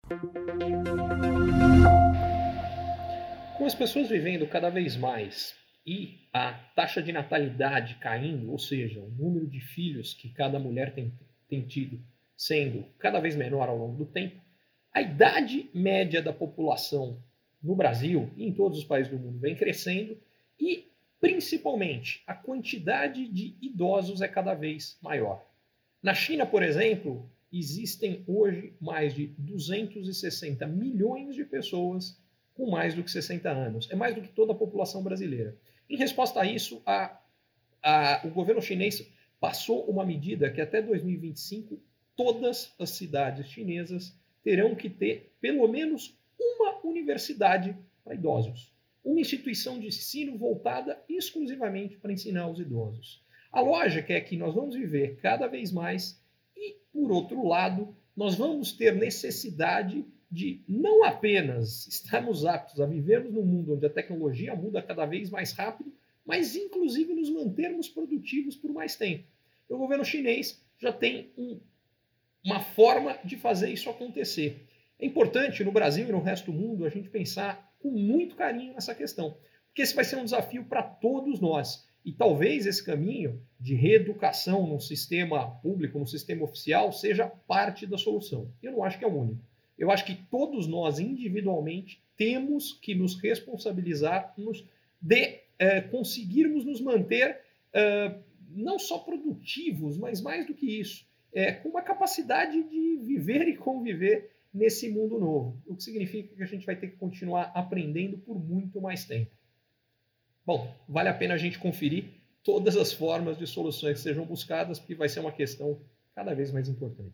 Com as pessoas vivendo cada vez mais e a taxa de natalidade caindo, ou seja, o número de filhos que cada mulher tem tido sendo cada vez menor ao longo do tempo, a idade média da população no Brasil e em todos os países do mundo vem crescendo e, principalmente, a quantidade de idosos é cada vez maior. Na China, por exemplo, existem hoje mais de 260 milhões de pessoas com mais do que 60 anos. É mais do que toda a população brasileira. Em resposta a isso, o governo chinês passou uma medida que até 2025 todas as cidades chinesas terão que ter pelo menos uma universidade para idosos. Uma instituição de ensino voltada exclusivamente para ensinar os idosos. A lógica é que nós vamos viver cada vez mais e, por outro lado, nós vamos ter necessidade de não apenas estarmos aptos a vivermos num mundo onde a tecnologia muda cada vez mais rápido, mas inclusive nos mantermos produtivos por mais tempo. O governo chinês já tem uma forma de fazer isso acontecer. É importante no Brasil e no resto do mundo a gente pensar com muito carinho nessa questão, porque esse vai ser um desafio para todos nós. E talvez esse caminho de reeducação no sistema público, no sistema oficial, seja parte da solução. Eu não acho que é o único. Eu acho que todos nós, individualmente, temos que nos responsabilizar de conseguirmos nos manter não só produtivos, mas mais do que isso, com uma capacidade de viver e conviver nesse mundo novo. O que significa que a gente vai ter que continuar aprendendo por muito mais tempo. Bom, vale a pena a gente conferir todas as formas de soluções que sejam buscadas, porque vai ser uma questão cada vez mais importante.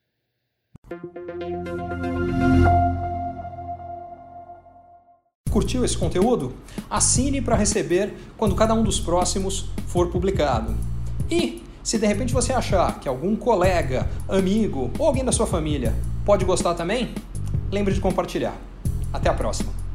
Curtiu esse conteúdo? Assine para receber quando cada um dos próximos for publicado. E, se de repente você achar que algum colega, amigo ou alguém da sua família pode gostar também, lembre de compartilhar. Até a próxima!